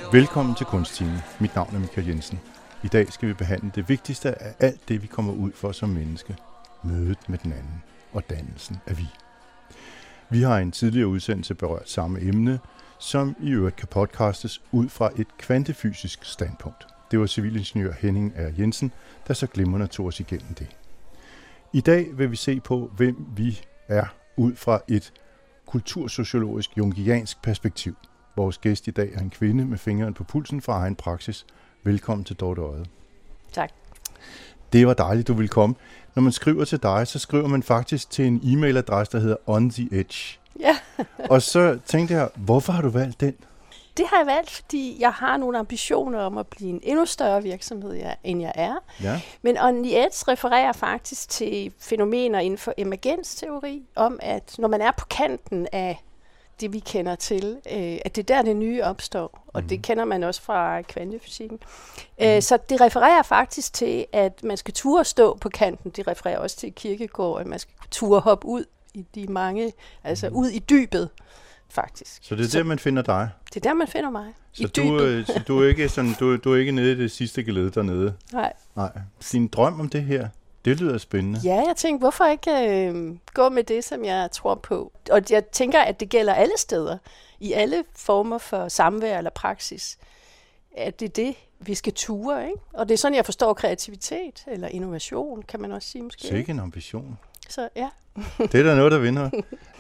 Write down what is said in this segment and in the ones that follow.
Velkommen til Kunsttimen. Mit navn er Michael Jensen. I dag skal vi behandle det vigtigste af alt det, vi kommer ud for som menneske. Mødet med den anden og dannelsen af vi. Vi har i en tidligere udsendelse berørt samme emne, som i øvrigt kan podcastes ud fra et kvantefysisk standpunkt. Det var civilingeniør Henning R. Jensen, der så glimrende tog os igennem det. I dag vil vi se på, hvem vi er ud fra et kultursociologisk jungiansk perspektiv. Vores gæst i dag er en kvinde med fingeren på pulsen fra egen praksis. Velkommen til Dorte Odde. Tak. Det var dejligt, du ville komme. Når man skriver til dig, så skriver man faktisk til en e-mailadresse, der hedder On The Edge. Ja. Og så tænkte jeg, hvorfor har du valgt den? Det har jeg valgt, fordi jeg har nogle ambitioner om at blive en endnu større virksomhed, end jeg er. Ja. Men On The Edge refererer faktisk til fænomener inden for emergensteori, om at når man er på kanten af det, vi kender til, at det er der, det nye opstår. Og det kender man også fra kvantefysikken. Så det refererer faktisk til, at man skal turde stå på kanten. Det refererer også til Kierkegaard, at man skal turde hoppe ud i de mange, altså ud i dybet, faktisk. Så det er der, man finder dig? Det er der, man finder mig. Så du er ikke sådan, du er ikke nede i det sidste geled dernede? Nej. Din drøm om det her, det lyder spændende. Ja, jeg tænkte, hvorfor ikke gå med det, som jeg tror på? Og jeg tænker, at det gælder alle steder, i alle former for samvær eller praksis, at det er det, vi skal ture, ikke? Og det er sådan, jeg forstår kreativitet, eller innovation, kan man også sige måske. Sikke en ambition. Så ja. Det er da noget, der vinder.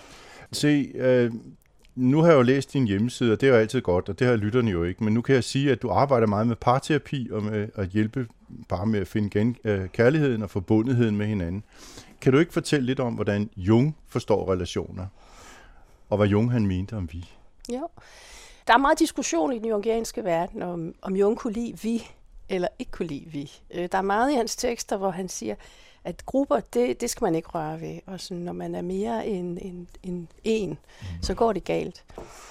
Se, nu har jeg jo læst din hjemmeside, og det er jo altid godt, og det har lytterne jo ikke. Men nu kan jeg sige, at du arbejder meget med parterapi og med at hjælpe bare med at finde kærligheden og forbundetheden med hinanden. Kan du ikke fortælle lidt om, hvordan Jung forstår relationer, og hvad Jung han mente om vi? Jo. Der er meget diskussion i den jungianske verden, om Jung kunne lide vi, eller ikke kunne lide vi. Der er meget i hans tekster, hvor han siger, at grupper, det skal man ikke røre ved. Og sådan, når man er mere end en, så går det galt.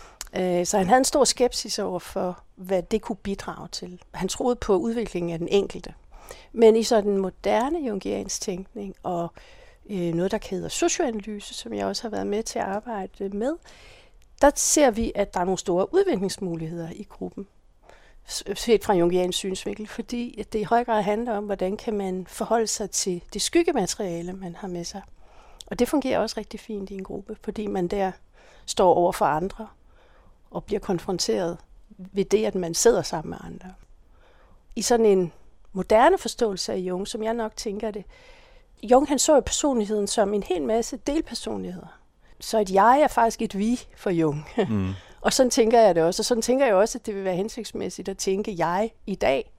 Så han havde en stor skepsis over for, hvad det kunne bidrage til. Han troede på udviklingen af den enkelte. Men i sådan en moderne jungiansk tænkning, og noget, der hedder socioanalyse, som jeg også har været med til at arbejde med, der ser vi, at der er nogle store udviklingsmuligheder i gruppen, set fra jungiansk synsvinkel, fordi det i høj grad handler om, hvordan kan man forholde sig til det skyggemateriale, man har med sig. Og det fungerer også rigtig fint i en gruppe, fordi man der står over for andre og bliver konfronteret ved det, at man sidder sammen med andre. I sådan en moderne forståelse af Jung, som jeg nok tænker det, Jung han så jo personligheden som en hel masse delpersonligheder. Så et jeg er faktisk et vi for Jung. Og sådan tænker jeg det også. Og sådan tænker jeg også, at det vil være hensigtsmæssigt at tænke jeg i dag,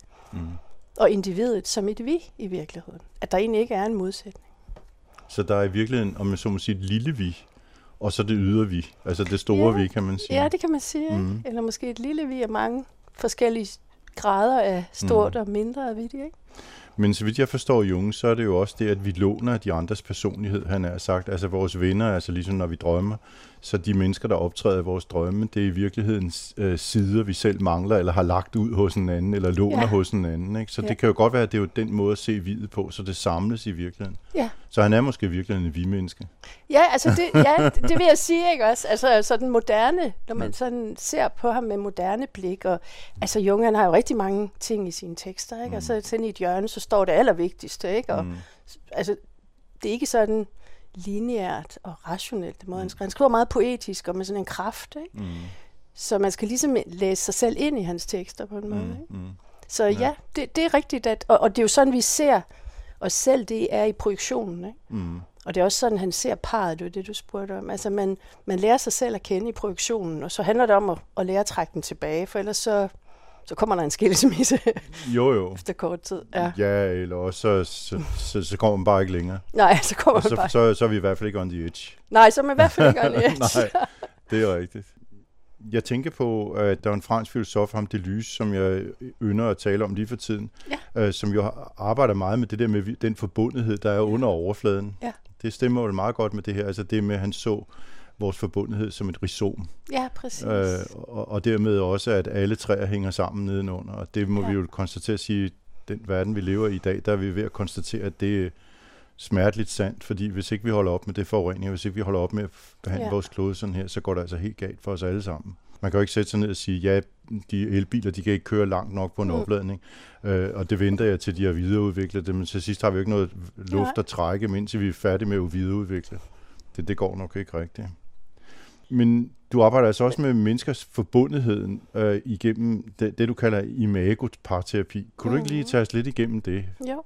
og individet som et vi i virkeligheden. At der egentlig ikke er en modsætning. Så der er i virkeligheden, om man så må sige, et lille vi, og så det ydre vi, altså det store vi, kan man sige. Ja, det kan man sige. Eller måske et lille vi af mange forskellige grader af stort og mindre af vidt, ikke? Men så vidt jeg forstår Jung, så er det jo også det, at vi låner de andres personlighed, han har sagt. Altså vores venner, altså ligesom når vi drømmer. Så de mennesker, der optræder i vores drømme, det er i virkeligheden sider, vi selv mangler, eller har lagt ud hos en anden, eller låner hos en anden. Ikke? Så det kan jo godt være, at det er jo den måde at se videt på, så det samles i virkeligheden. Ja. Så han er måske i virkeligheden en vi-menneske. Ja, altså det vil jeg sige, ikke også? Altså sådan moderne, når man sådan ser på ham med moderne blik, og altså Jung, han har jo rigtig mange ting i sine tekster, ikke? Og så sådan i et hjørne, så står det allervigtigste, ikke? Og altså, det er ikke sådan lineært og rationelt. Han skriver meget poetisk og med sådan en kraft, ikke? Så man skal ligesom læse sig selv ind i hans tekster på en måde. Ikke? Så ja, det er rigtigt, og det er jo sådan, vi ser os selv, det er i projektionen. Ikke? Og det er også sådan, han ser parret, det er det, du spurgte om. Altså man lærer sig selv at kende i projektionen, og så handler det om at lære at trække den tilbage, for ellers så kommer der en skilsmisse jo. efter kort tid. Ja, eller også så kommer man bare ikke længere. Nej, så kommer man bare. Så er vi i hvert fald ikke on the edge. Nej, så er man i hvert fald ikke on the edge. Nej, det er rigtigt. Jeg tænker på, at der er en fransk filosof, ham Deleuze, som jeg ynder at tale om lige for tiden, som jo arbejder meget med det der med den forbundethed, der er under overfladen. Ja. Det stemmer jo meget godt med det her, altså det med, at han så vores forbundethed som et rhizom. Ja, præcis. Og dermed også, at alle træer hænger sammen nedenunder. Og det må vi jo konstatere at sige, den verden, vi lever i dag, der er vi ved at konstatere, at det er smerteligt sandt, fordi hvis ikke vi holder op med det forurening, hvis ikke vi holder op med at behandle vores klode sådan her, så går det altså helt galt for os alle sammen. Man kan jo ikke sætte sig ned og sige, ja, de elbiler, de kan ikke køre langt nok på en opladning, og det venter jeg til, de har videreudviklet det, men til sidst har vi ikke noget luft at trække, indtil vi er færdige med at videreudvikle. Det går nok ikke rigtigt. Men du arbejder altså også med menneskers forbundetheden igennem det, du kalder imago-parterapi. Kunne du ikke lige tage os lidt igennem det? Jo.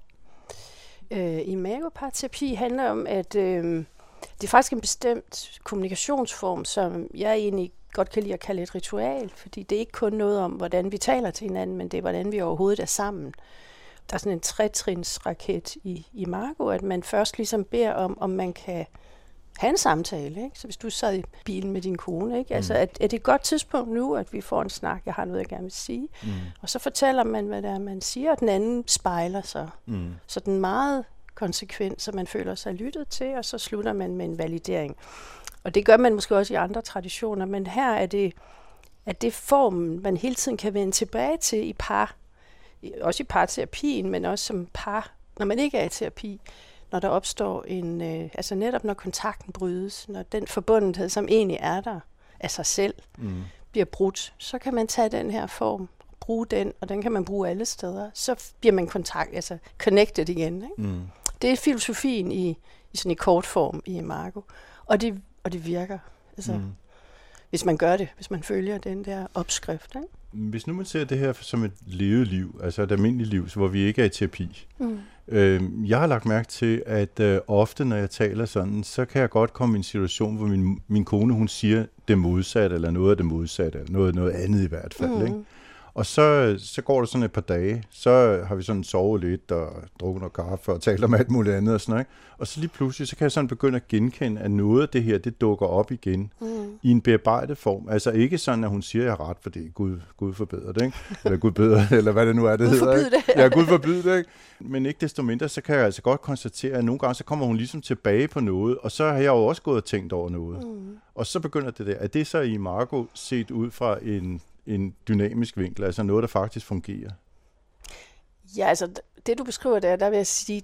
Imago-parterapi handler om, at det er faktisk en bestemt kommunikationsform, som jeg egentlig godt kan lide at kalde et ritual, fordi det er ikke kun noget om, hvordan vi taler til hinanden, men det er, hvordan vi overhovedet er sammen. Der er sådan en 3-trins-raket i Imago, at man først ligesom beder om man kan have en samtale. Ikke? Så hvis du sad i bilen med din kone, ikke? Altså, er det et godt tidspunkt nu, at vi får en snak, jeg har noget, jeg gerne vil sige. Og så fortæller man, hvad det er, man siger, og den anden spejler sig. Så den er meget konsekvent, så man føler sig lyttet til, og så slutter man med en validering. Og det gør man måske også i andre traditioner, men her er det formen, man hele tiden kan vende tilbage til i par. Også i parterapien, men også som par, når man ikke er i terapi. Når der opstår altså netop når kontakten brydes, når den forbundethed, som egentlig er der af sig selv, bliver brudt, så kan man tage den her form, bruge den, og den kan man bruge alle steder. Så bliver man connected igen. Ikke? Det er filosofien i sådan en kort form i Imago, og det virker. Altså, hvis man gør det, hvis man følger den der opskrift. Ikke? Hvis nu man ser det her som et levet liv, altså et almindeligt liv, hvor vi ikke er i terapi. Jeg har lagt mærke til, at ofte, når jeg taler sådan, så kan jeg godt komme i en situation, hvor min kone, hun siger det modsatte, eller noget af det modsatte, eller noget andet i hvert fald. Ikke? Og så går der sådan et par dage, så har vi sådan sovet lidt og drukket noget kaffe og talt om alt muligt andet og sådan noget. Ikke? Og så lige pludselig, så kan jeg sådan begynde at genkende, at noget af det her, det dukker op igen i en bearbejdet form. Altså ikke sådan, at hun siger, at jeg har ret, for det er Gud forbyder det, ikke? Eller Gud bedre, eller hvad det nu er, det hedder. Ikke? Ja, Gud forbyder det, ikke? Men ikke desto mindre, så kan jeg altså godt konstatere, at nogle gange, så kommer hun ligesom tilbage på noget, og så har jeg jo også gået og tænkt over noget. Og så begynder det der. Er det så i Imago set ud fra en dynamisk vinkel, altså noget, der faktisk fungerer? Ja, altså det du beskriver der vil jeg sige,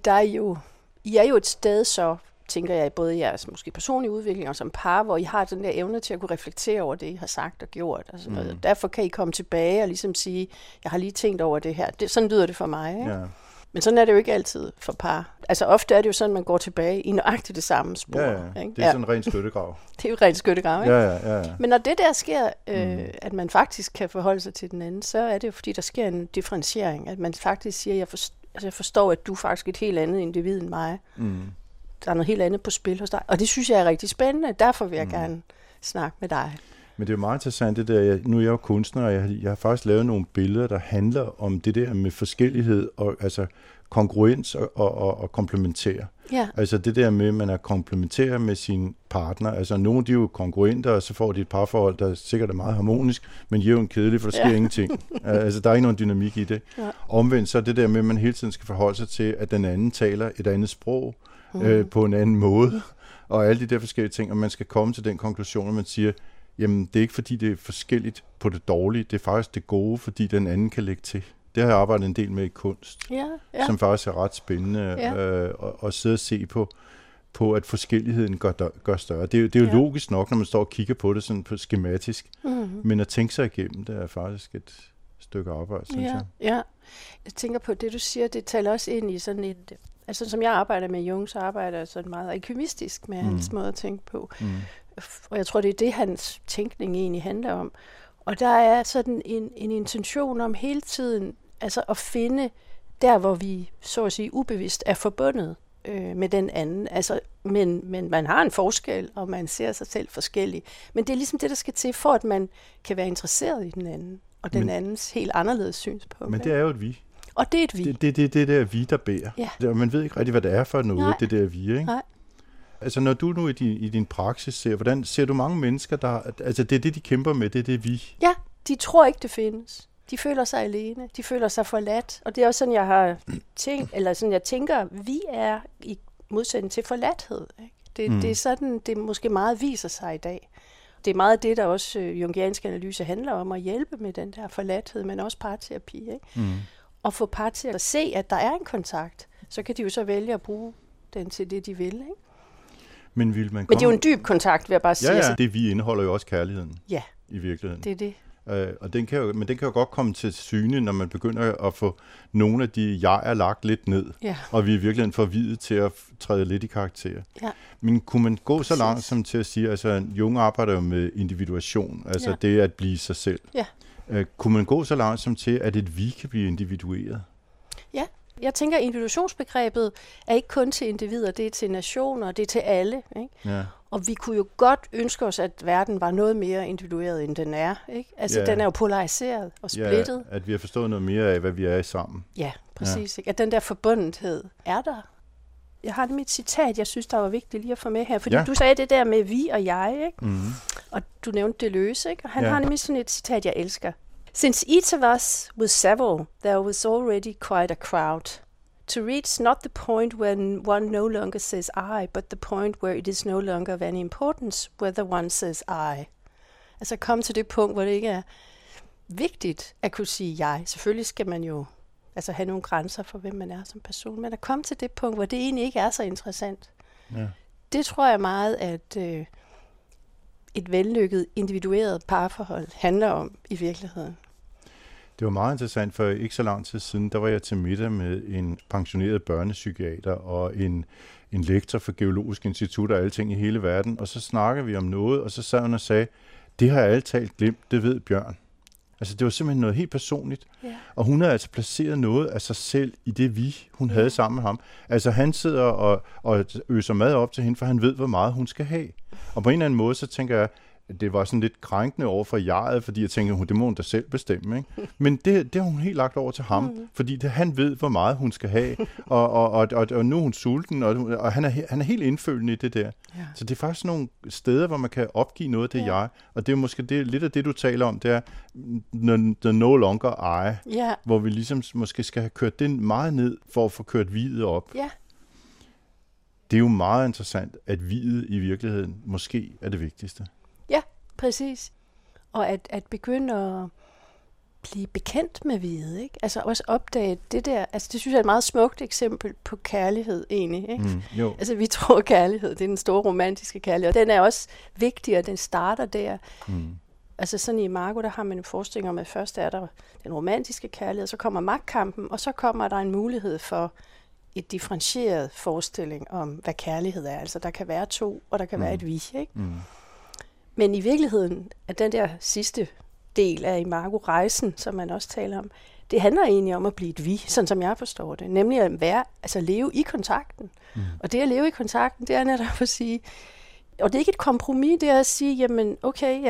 I er jo et sted så, tænker jeg, både i jeres måske personlige udvikling og som par, hvor I har den der evne til at kunne reflektere over det, I har sagt og gjort. Og sådan noget. Derfor kan I komme tilbage og ligesom sige, jeg har lige tænkt over det her. Sådan lyder det for mig. Ikke? Ja. Men sådan er det jo ikke altid for par. Altså ofte er det jo sådan, at man går tilbage i nøjagtigt det samme spor. Ja. Ikke? Det er sådan en ren skyttegrav. Det er jo ren skyttegrav, ikke? Ja. Men når det der sker, at man faktisk kan forholde sig til den anden, så er det jo fordi, der sker en differentiering. At man faktisk siger, jeg forstår, at du er faktisk et helt andet individ end mig. Der er noget helt andet på spil hos dig. Og det synes jeg er rigtig spændende. Derfor vil jeg gerne snakke med dig. Men det er jo meget interessant det der. Nu er jeg jo kunstner, og jeg har faktisk lavet nogle billeder, der handler om det der med forskellighed, og altså kongruens og komplementær. Ja. Altså det der med, at man er komplementær med sin partner. Altså nogle de er jo kongruenter, og så får de et parforhold, der sikkert er meget harmonisk, men jævnt kedeligt, for der sker ingenting. Altså der er ikke nogen dynamik i det. Ja. Omvendt så er det der med, at man hele tiden skal forholde sig til, at den anden taler et andet sprog på en anden måde, og alle de der forskellige ting, og man skal komme til den konklusion, at man siger, jamen det er ikke fordi, det er forskelligt på det dårlige, det er faktisk det gode, fordi den anden kan lægge til. Det har jeg arbejdet en del med i kunst, som faktisk er ret spændende at sidde og se på, at forskelligheden gør større. Det er jo logisk nok, når man står og kigger på det sådan på skematisk, men at tænke sig igennem, det er faktisk et stykke arbejde, synes jeg. Ja, jeg tænker på det, du siger, det taler også ind i sådan et... Altså som jeg arbejder med Jung, så arbejder jeg sådan meget alkymistisk med hans måde at tænke på. Og jeg tror, det er det, hans tænkning egentlig handler om. Og der er sådan en intention om hele tiden altså at finde der, hvor vi så at sige ubevidst er forbundet med den anden. Altså, men man har en forskel, og man ser sig selv forskellig. Men det er ligesom det, der skal til, for at man kan være interesseret i den anden, og den andens helt anderledes synspunkt. Men det er jo et vi. Og det er et vi. Det der vi, der bærer. Ja. Man ved ikke rigtig, hvad det er for noget, det der vi, ikke? Nej. Altså når du nu i din praksis ser du mange mennesker, der... Altså det er det, de kæmper med, det er det vi. Ja, de tror ikke, det findes. De føler sig alene, de føler sig forladt. Og det er også sådan, jeg har tænkt, eller sådan, jeg tænker, vi er i modsætning til forladthed. Ikke? Det er sådan, det måske meget viser sig i dag. Det er meget det, der også jungiansk analyse handler om, at hjælpe med den der forladthed, men også parterapi. Ikke? Og få par til at se, at der er en kontakt. Så kan de jo så vælge at bruge den til det, de vil. Ikke? Men det er jo en dyb kontakt, vil jeg bare sige. Ja, det vi indeholder jo også kærligheden. Ja. i virkeligheden. Det er det. Og den kan jo godt komme til syne, når man begynder at få nogle af de jeger lagt lidt ned, og vi er i virkeligheden forvidet til at træde lidt i karakter. Ja. Men kunne man gå så langt som til at sige, altså Jung arbejder jo med individuation, altså det at blive sig selv. Ja. Kunne man gå så langt som til, at et vi kan blive individueret? Ja, jeg tænker, at individuationsbegrebet er ikke kun til individer, det er til nationer, det er til alle. Ikke? Ja. Og vi kunne jo godt ønske os, at verden var noget mere individueret, end den er. Ikke? Altså, den er jo polariseret og splittet. Ja, at vi har forstået noget mere af, hvad vi er i sammen. Ja, præcis. Ikke? At den der forbundethed er der. Jeg har det mit citat, jeg synes, der var vigtigt lige at få med her. Fordi du sagde det der med vi og jeg, ikke? Mm-hmm. Og du nævnte Deleuze, ikke? Og han har nemlig sådan et citat, jeg elsker. Since each of us was several, there was already quite a crowd. To reach not the point when one no longer says I, but the point where it is no longer of any importance whether one says I. Altså komme til det punkt, hvor det ikke er vigtigt at kunne sige jeg. Selvfølgelig skal man jo have nogle grænser for, hvem man er som person, men at komme til det punkt, hvor det egentlig ikke er så interessant. Ja. Det tror jeg meget, at et vellykket, individueret parforhold handler om i virkeligheden. Det var meget interessant, for ikke så lang tid siden, der var jeg til middag med en pensioneret børnepsykiater og en lektor for Geologisk Institut og alle ting i hele verden, og så snakkede vi om noget, og så sad hun og sagde, det har jeg alle talt glemt, det ved Bjørn. Altså det var simpelthen noget helt personligt, og hun havde altså placeret noget af sig selv i det hun havde sammen med ham. Altså han sidder og øser mad op til hende, for han ved, hvor meget hun skal have. Og på en eller anden måde, så tænker jeg, det var sådan lidt krænkende over for jeget, fordi jeg tænkte, det må hun da selv bestemme. Ikke? Men det har hun helt lagt over til ham, fordi han ved, hvor meget hun skal have, og nu er hun sulten, og han er helt indfølende i det der. Ja. Så det er faktisk nogle steder, hvor man kan opgive noget af det jeg, og det er måske lidt af det, du taler om, det er the no longer I, hvor vi ligesom måske skal have kørt det meget ned, for at få kørt videt op. Ja. Det er jo meget interessant, at videt i virkeligheden måske er det vigtigste. Ja, præcis. Og at begynde at blive bekendt med vide, ikke? Altså også opdage det der, altså det synes jeg er et meget smukt eksempel på kærlighed egentlig, ikke? Jo. Altså vi tror kærlighed, det er den store romantiske kærlighed, og den er også vigtig, og den starter der. Altså sådan i Imago, der har man en forestilling om, at først er der den romantiske kærlighed, så kommer magtkampen, og så kommer der en mulighed for et differentieret forestilling om, hvad kærlighed er. Altså der kan være to, og der kan være et vi, ikke? Men i virkeligheden, at den der sidste del af Imago-rejsen, som man også taler om, det handler egentlig om at blive et vi, sådan som jeg forstår det. Nemlig at leve i kontakten. Og det at leve i kontakten, det er netop at sige, og det er ikke et kompromis, det er at sige, jamen okay,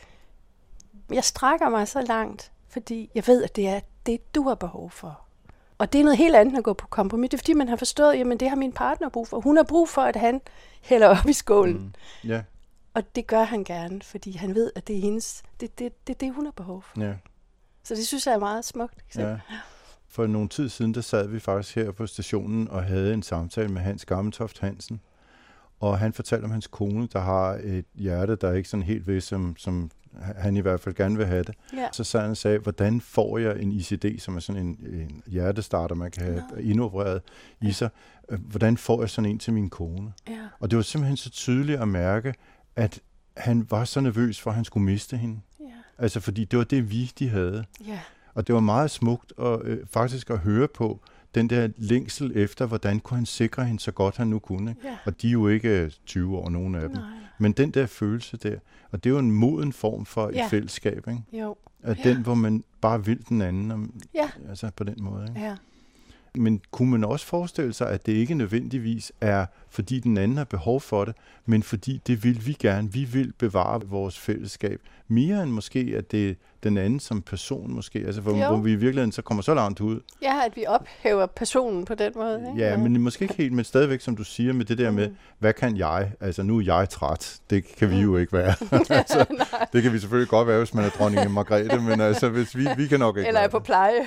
jeg strækker mig så langt, fordi jeg ved, at det er det, du har behov for. Og det er noget helt andet at gå på kompromis. Det er fordi, man har forstået, jamen det har min partner brug for. Hun har brug for, at han hælder op i skålen. Yeah. Og det gør han gerne, fordi han ved, at det er hendes, det hun har behov for. Yeah. Så det synes jeg er meget smukt eksempel. Ja. For nogle tid siden, der sad vi faktisk her på stationen og havde en samtale med Hans Gammeltoft Hansen. Og han fortalte om hans kone, der har et hjerte, der er ikke sådan helt ved, som han i hvert fald gerne vil have det. Ja. Så sad han og sagde, hvordan får jeg en ICD, som er sådan en hjertestarter, man kan have indopereret i sig. Hvordan får jeg sådan en til min kone? Ja. Og det var simpelthen så tydeligt at mærke, at han var så nervøs for, at han skulle miste hende. Ja. Altså fordi det var det de havde. Ja. Og det var meget smukt faktisk at høre på, den der længsel efter, hvordan kunne han sikre hende så godt han nu kunne. Ja. Og de er jo ikke 20 år, nogen af dem. Nej. Men den der følelse der, og det er jo en moden form for et fællesskab, ikke? Jo. At den, hvor man bare vil den anden, altså på den måde. Ikke? Ja. Men kunne man også forestille sig, at det ikke nødvendigvis er, fordi den anden har behov for det, men fordi det vil vi gerne. Vi vil bevare vores fællesskab. Mere end måske, at det er den anden som person måske. Altså hvor vi i virkeligheden så kommer så langt ud. Ja, at vi ophæver personen på den måde. Ikke? Ja, men måske ikke helt, men stadigvæk, som du siger, med det der med, hvad kan jeg? Altså nu er jeg træt. Det kan vi jo ikke være. Altså, det kan vi selvfølgelig godt være, hvis man er dronning Margrethe, men altså hvis vi kan nok ikke. Eller er på pleje.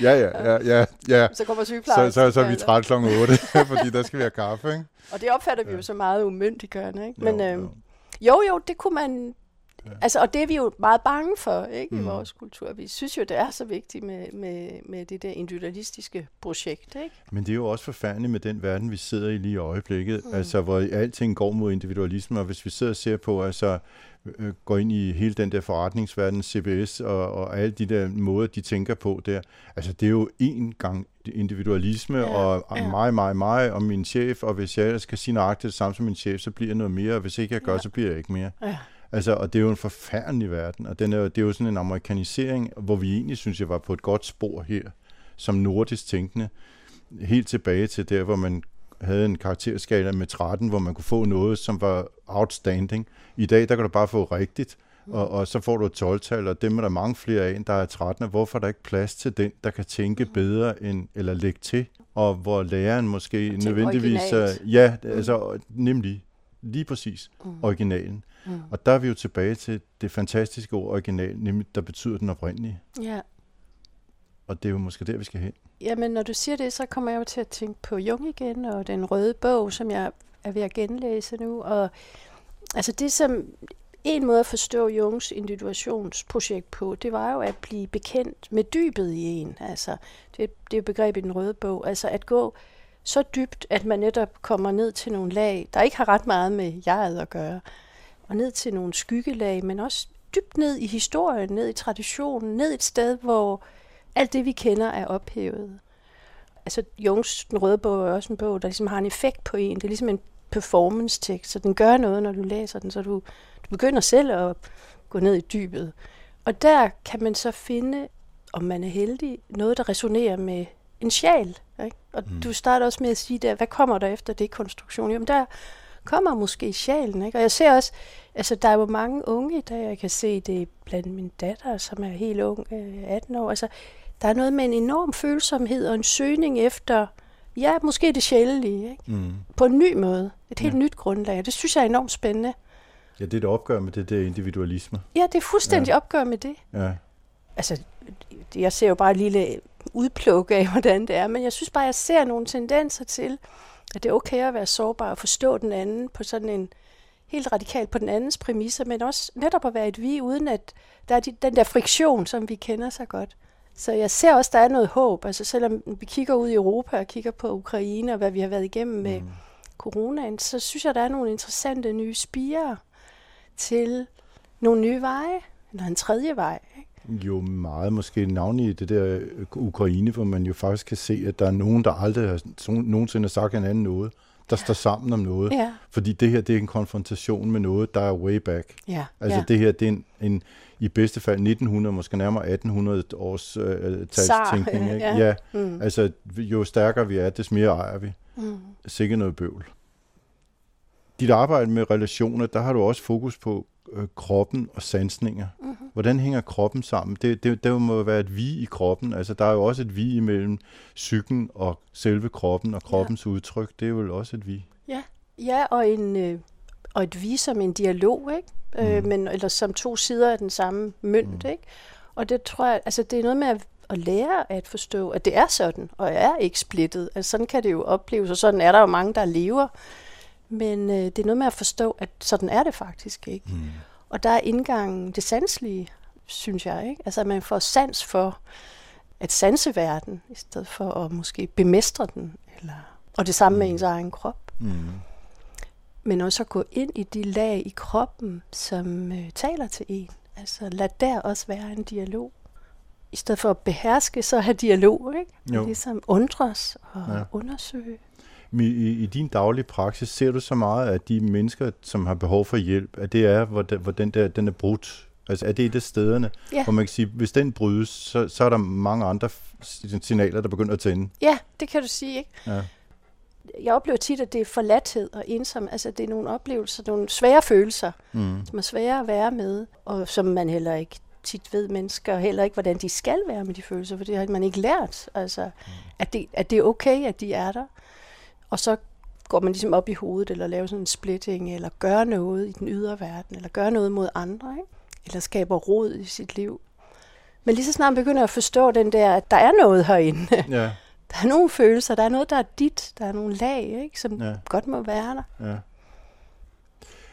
Ja. Så kommer sygeplejen. Så er vi træt kl. 8, fordi der skal vi have kaffe, ikke? Og det opfatter vi jo så meget umyndiggørende, ikke? Men jo, det kunne man Altså, og det er vi jo meget bange for, ikke, i vores kultur. Vi synes jo, det er så vigtigt med det der individualistiske projekt, ikke? Men det er jo også forfærdeligt med den verden, vi sidder i lige i øjeblikket, altså hvor alting går mod individualisme, og hvis vi sidder og ser på, altså går ind i hele den der forretningsverden, CBS og alle de der måder, de tænker på der, altså det er jo en gang individualisme, og mig og min chef, og hvis jeg skal sige nøjagtigt det samme som min chef, så bliver jeg noget mere, og hvis ikke jeg gør, så bliver jeg ikke mere. Ja. Altså, og det er jo en forfærdelig verden, og det er jo sådan en amerikanisering, hvor vi egentlig synes, jeg var på et godt spor her, som nordisk tænkende, helt tilbage til der, hvor man havde en karakterskala med 13, hvor man kunne få noget, som var outstanding. I dag, der kan du bare få rigtigt, og så får du et 12-tal, og dem er der mange flere af, der er 13. Hvorfor er der ikke plads til den, der kan tænke bedre end, eller lægge til, og hvor læreren måske nødvendigvis... altså nemlig, lige præcis, originalen. Og der er vi jo tilbage til det fantastiske ord original, nemlig der betyder den oprindelige. Ja. Og det er jo måske der, vi skal hen. Jamen, når du siger det, så kommer jeg jo til at tænke på Jung igen, og den røde bog, som jeg er ved at genlæse nu. Og altså det, som en måde at forstå Jungs individuationsprojekt på, det var jo at blive bekendt med dybet i en. Altså, det er jo begrebet i den røde bog. Altså at gå så dybt, at man netop kommer ned til nogle lag, der ikke har ret meget med jeget at gøre, og ned til nogle skyggelag, men også dybt ned i historien, ned i traditionen, ned et sted, hvor alt det, vi kender, er ophævet. Altså, Jungs Den røde bog er også en bog, der ligesom har en effekt på en. Det er ligesom en performance-tekst, så den gør noget, når du læser den, så du begynder selv at gå ned i dybet. Og der kan man så finde, om man er heldig, noget, der resonerer med en sjæl. Ikke? Og du starter også med at sige der, hvad kommer der efter det konstruktion? Jamen, der kommer måske sjælen, ikke? Og jeg ser også, altså der er jo mange unge i dag, jeg kan se det blandt min datter, som er helt ung, 18 år, altså der er noget med en enorm følsomhed og en søgning efter, ja, måske det sjælelige, ikke? På en ny måde, et helt nyt grundlag, det synes jeg er enormt spændende. Ja, det er et opgør med det der individualisme. Ja, det er fuldstændig opgør med det. Ja. Altså, jeg ser jo bare et lille udpluk af, hvordan det er, men jeg synes bare, jeg ser nogle tendenser til, at det er okay at være sårbar og forstå den anden på sådan en helt radikalt på den andens præmisser, men også netop at være et vi, uden at der er den der friktion, som vi kender så godt. Så jeg ser også, der er noget håb. Altså selvom vi kigger ud i Europa og kigger på Ukraine og hvad vi har været igennem med coronaen, så synes jeg, der er nogle interessante nye spirer til nogle nye veje, eller en tredje vej, ikke? Jo, meget måske navnlig i det der Ukraine, hvor man jo faktisk kan se, at der er nogen, der aldrig har nogensinde sagt en anden noget, der står sammen om noget. Ja. Fordi det her, det er en konfrontation med noget, der er way back. Ja. Altså det her, det er en i bedste fald 1900, måske nærmere 1800 års talstænkning. Ikke? Ja. Altså jo stærkere vi er, des mere ejer vi. Sikkert noget bøvl. Dit arbejde med relationer, der har du også fokus på kroppen og sansninger. Hvordan hænger kroppen sammen? Det må være et vi i kroppen. Altså, der er jo også et vi imellem psyken og selve kroppen og kroppens udtryk. Det er jo også et vi. Ja, og et vi som en dialog, ikke? Eller som to sider af den samme mønt, ikke? Og det tror jeg, altså det er noget med at lære at forstå, at det er sådan, og er ikke splittet. Altså sådan kan det jo opleves, og sådan er der jo mange, der lever. Men det er noget med at forstå, at sådan er det faktisk ikke. Og der er indgangen det sanselige, synes jeg, ikke? Altså at man får sans for at sanse verden, i stedet for at måske bemestre den. Og det samme med ens egen krop. Men også at gå ind i de lag i kroppen, som taler til en. Altså lad der også være en dialog. I stedet for at beherske, så have dialog, ikke? Jo. Ligesom undres og undersøge. I din daglige praksis, ser du så meget, at de mennesker, som har behov for hjælp, at det er, hvor den er brudt? Altså er det et af stederne, hvor man kan sige, hvis den brydes, så er der mange andre signaler, der begynder at tænde? Ja, det kan du sige, ikke? Ja. Jeg oplever tit, at det er forladthed og ensom. Altså det er nogle oplevelser, nogle svære følelser, som er svære at være med, og som man heller ikke tit ved mennesker, heller ikke, hvordan de skal være med de følelser, for det har man ikke lært. Altså, at det er okay, at de er der. Og så går man ligesom op i hovedet, eller laver sådan en splitting, eller gør noget i den ydre verden, eller gør noget mod andre, ikke? Eller skaber rod i sit liv. Men lige så snart man begynder at forstå den der, at der er noget herinde. Ja. Der er nogle følelser, der er noget, der er dit, der er nogle lag, ikke? Som godt må være der. Ja.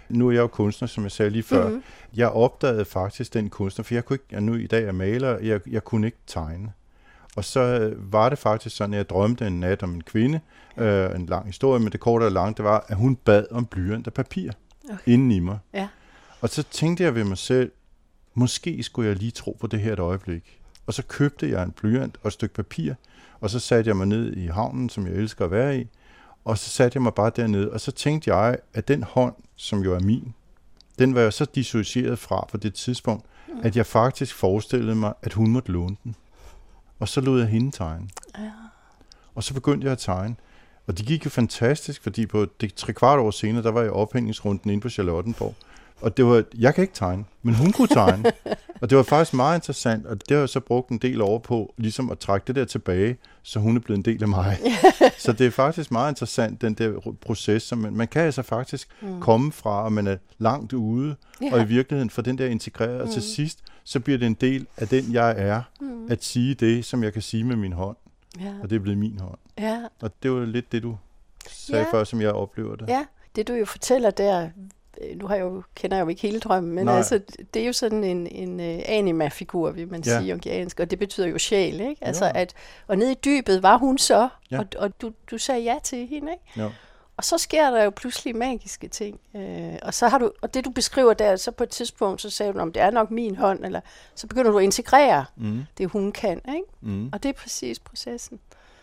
Nu er jeg jo kunstner, som jeg sagde lige før. Mm-hmm. Jeg opdagede faktisk den kunstner, for jeg kunne ikke, nu i dag er maler, jeg kunne ikke tegne. Og så var det faktisk sådan, at jeg drømte en nat om en kvinde, en lang historie, men det korte og lange, det var, at hun bad om blyant og papir inden i mig. Ja. Og så tænkte jeg ved mig selv, måske skulle jeg lige tro på det her et øjeblik. Og så købte jeg en blyant og et stykke papir, og så satte jeg mig ned i havnen, som jeg elsker at være i, og så satte jeg mig bare dernede, og så tænkte jeg, at den hånd, som jo er min, den var jeg så dissocieret fra på det tidspunkt, at jeg faktisk forestillede mig, at hun måtte låne den. Og så lod jeg hende tegne. Ja. Og så begyndte jeg at tegne. Og det gik jo fantastisk, fordi på det 3/4 år senere, der var jeg i ophængningsrunden inde på Charlottenborg. Og det var, jeg kan ikke tegne, men hun kunne tegne. Og det var faktisk meget interessant, og det har jeg så brugt en del over på, ligesom at trække det der tilbage, så hun er blevet en del af mig. Så det er faktisk meget interessant, den der proces, som man kan altså faktisk komme fra, og man er langt ude, og i virkeligheden få den der integreret, og til sidst, så bliver det en del af den, jeg er, at sige det, som jeg kan sige med min hånd. Ja. Og det er blevet min hånd. Ja. Og det var lidt det, du sagde før, som jeg oplever det. Ja, det du jo fortæller der, nu kender jeg jo ikke hele drømmen, men altså, det er jo sådan en anima-figur, vil man sige, jungiansk, og det betyder jo sjæl, ikke? Altså, og nede i dybet var hun så, og du sagde ja til hende, ikke? Ja. Og så sker der jo pludselig magiske ting. Og så har og det du beskriver der, så på et tidspunkt, så sagde du, om det er nok min hånd, eller så begynder du at integrere det, hun kan, ikke? Og det er præcis processen.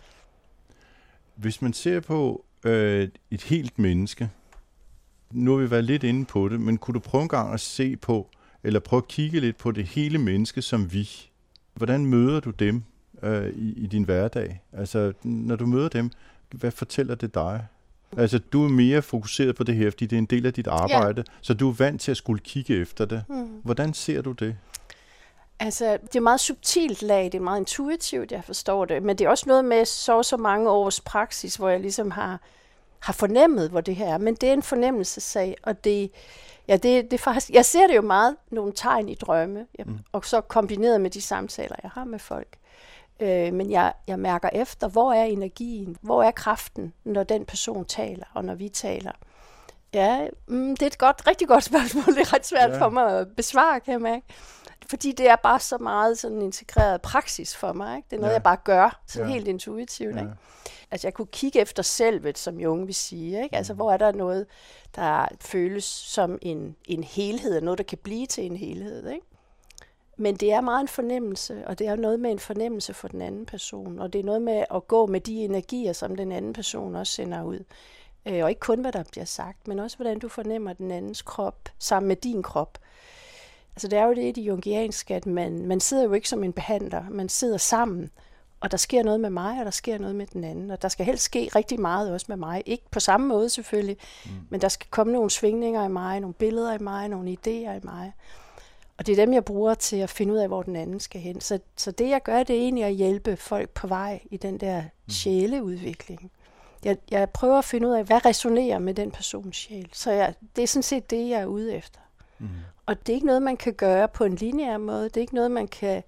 Hvis man ser på et helt menneske, nu har vi været lidt inde på det, men kunne du prøve en gang at se på, eller prøve at kigge lidt på det hele menneske som vi? Hvordan møder du dem i din hverdag? Altså, når du møder dem, hvad fortæller det dig? Altså, du er mere fokuseret på det her, fordi det er en del af dit arbejde, så du er vant til at skulle kigge efter det. Hvordan ser du det? Altså, det er meget subtilt lag, det er meget intuitivt, jeg forstår det, men det er også noget med så mange års praksis, hvor jeg ligesom har fornemmet, hvor det her er, men det er en fornemmelsessag, og det er faktisk, jeg ser det jo meget, nogle tegn i drømme, og så kombineret med de samtaler, jeg har med folk. Men jeg mærker efter, hvor er energien, hvor er kraften, når den person taler, og når vi taler. Ja, det er et rigtig godt spørgsmål, det er ret svært for mig at besvare, kan jeg mærke. Fordi det er bare så meget sådan en integreret praksis for mig, ikke? Det er noget, jeg bare gør, sådan helt intuitivt, ikke? Altså, jeg kunne kigge efter selvet, som Jung vil sige, ikke? Altså, hvor er der noget, der føles som en helhed, noget, der kan blive til en helhed, ikke? Men det er meget en fornemmelse, og det er noget med en fornemmelse for den anden person, og det er noget med at gå med de energier, som den anden person også sender ud. Og ikke kun, hvad der bliver sagt, men også, hvordan du fornemmer den andens krop sammen med din krop. Altså, det er jo det jungianske, at man sidder jo ikke som en behandler, man sidder sammen, og der sker noget med mig, og der sker noget med den anden, og der skal helst ske rigtig meget også med mig. Ikke på samme måde selvfølgelig, men der skal komme nogle svingninger i mig, nogle billeder i mig, nogle idéer i mig. Og det er dem, jeg bruger til at finde ud af, hvor den anden skal hen. Så det, jeg gør, det er egentlig at hjælpe folk på vej i den der sjæleudvikling. Jeg prøver at finde ud af, hvad resonerer med den persons sjæl. Så det er sådan set det, jeg er ude efter. Og det er ikke noget, man kan gøre på en lineær måde. Det er ikke noget, man kan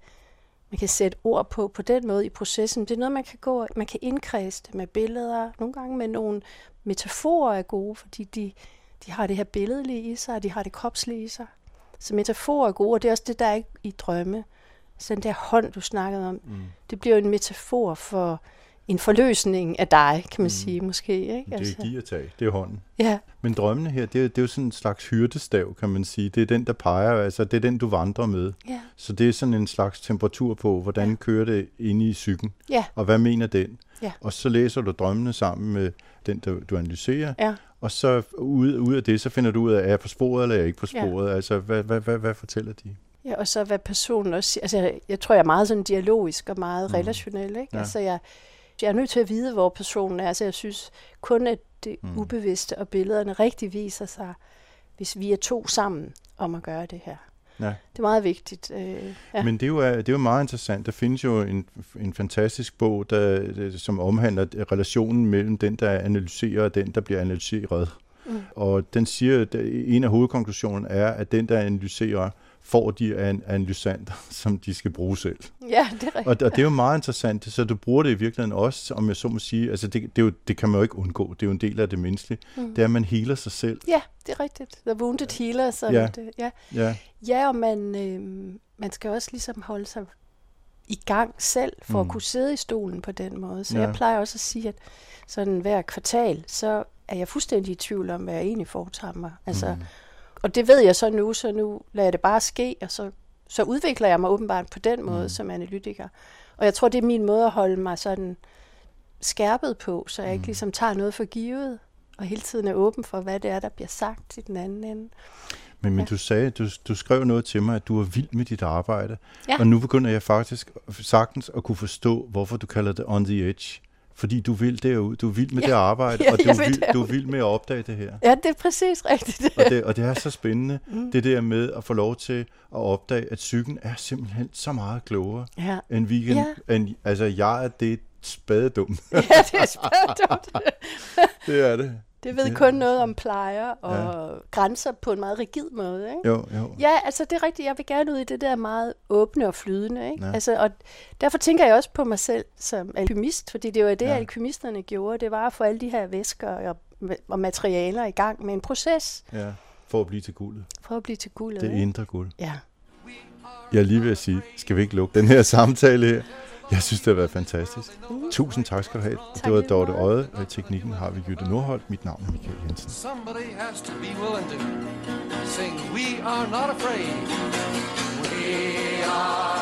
sætte ord på den måde i processen. Det er noget, man kan indkredse det med billeder. Nogle gange med nogle metaforer er gode, fordi de har det her billedlige i sig, og de har det kropslige i sig. Så metaforer er gode, og det er også det, der er ikke i drømme. Så den der hånd, du snakkede om, det bliver jo en metafor for en forløsning af dig, kan man sige, måske. Ikke? Det er give og tage, det er hånden. Ja. Men drømmene her, det er jo sådan en slags hyrdestav, kan man sige. Det er den, der peger, altså det er den, du vandrer med. Ja. Så det er sådan en slags temperatur på, hvordan kører det inde i psyken, ja. Og hvad mener den? Ja. Og så læser du drømmene sammen med den, du analyserer, og så ud af det, så finder du ud af, er jeg på sporet, eller er jeg ikke på sporet? Altså, hvad fortæller de? Ja, og så hvad personen også siger. Altså, jeg tror, jeg er meget sådan dialogisk og meget relationel, ikke? Ja. Altså, jeg er nødt til at vide, hvor personen er. Altså, jeg synes kun, at det ubevidste og billederne rigtig viser sig, hvis vi er to sammen om at gøre det her. Ja. Det er meget vigtigt. Men det er jo meget interessant. Der findes jo en fantastisk bog, som omhandler relationen mellem den, der analyserer, og den, der bliver analyseret. Og den siger, at en af hovedkonklusionerne er, at den, der analyserer, får de af en analysant, som de skal bruge selv. Ja, det er rigtigt. Og det er jo meget interessant, så du bruger det i virkeligheden også, om jeg så må sige, altså det kan man jo ikke undgå, det er jo en del af det menneskelige, det er, at man healer sig selv. Ja, det er rigtigt. The wounded healer, som det. Ja, og man skal også ligesom holde sig i gang selv, for at kunne sidde i stolen på den måde. Så jeg plejer også at sige, at sådan hver kvartal, så er jeg fuldstændig i tvivl om, hvad jeg egentlig foretager mig. Altså, og det ved jeg så nu lader jeg det bare ske, og så udvikler jeg mig åbenbart på den måde som analytiker. Og jeg tror, det er min måde at holde mig sådan skærpet på, så jeg ikke ligesom tager noget for givet, og hele tiden er åben for, hvad det er, der bliver sagt i den anden ende. Men du sagde, du skrev noget til mig, at du er vild med dit arbejde, og nu begynder jeg faktisk sagtens at kunne forstå, hvorfor du kalder det on the edge. Fordi du vil derud, du er vild med det arbejde, og du er vild med at opdage det her. Ja, det er præcis rigtigt. Og det er så spændende, det der med at få lov til at opdage, at psyken er simpelthen så meget klogere, end vi kan. Altså, jeg er det spadedumt. Ja, det er spadedumt. Det er det. Det ved kun noget om plejer og grænser på en meget rigid måde, ikke? Jo. Ja, altså det er rigtigt. Jeg vil gerne ud i det der meget åbne og flydende, ikke? Ja. Altså, og derfor tænker jeg også på mig selv som alkymist, fordi det var det, alkymisterne gjorde. Det var at få alle de her væsker og materialer i gang med en proces. Ja, for at blive til guldet. For at blive til guldet, det indre guld. Ja. Jeg er lige ved at sige, skal vi ikke lukke den her samtale her? Jeg synes, det har været fantastisk. Tusind tak skal du have. Det var Dorte Odde, og i teknikken har vi Jytte Nordholt. Mit navn er Michael Jensen. Somebody has to be willing to sing We Are Not Afraid. We are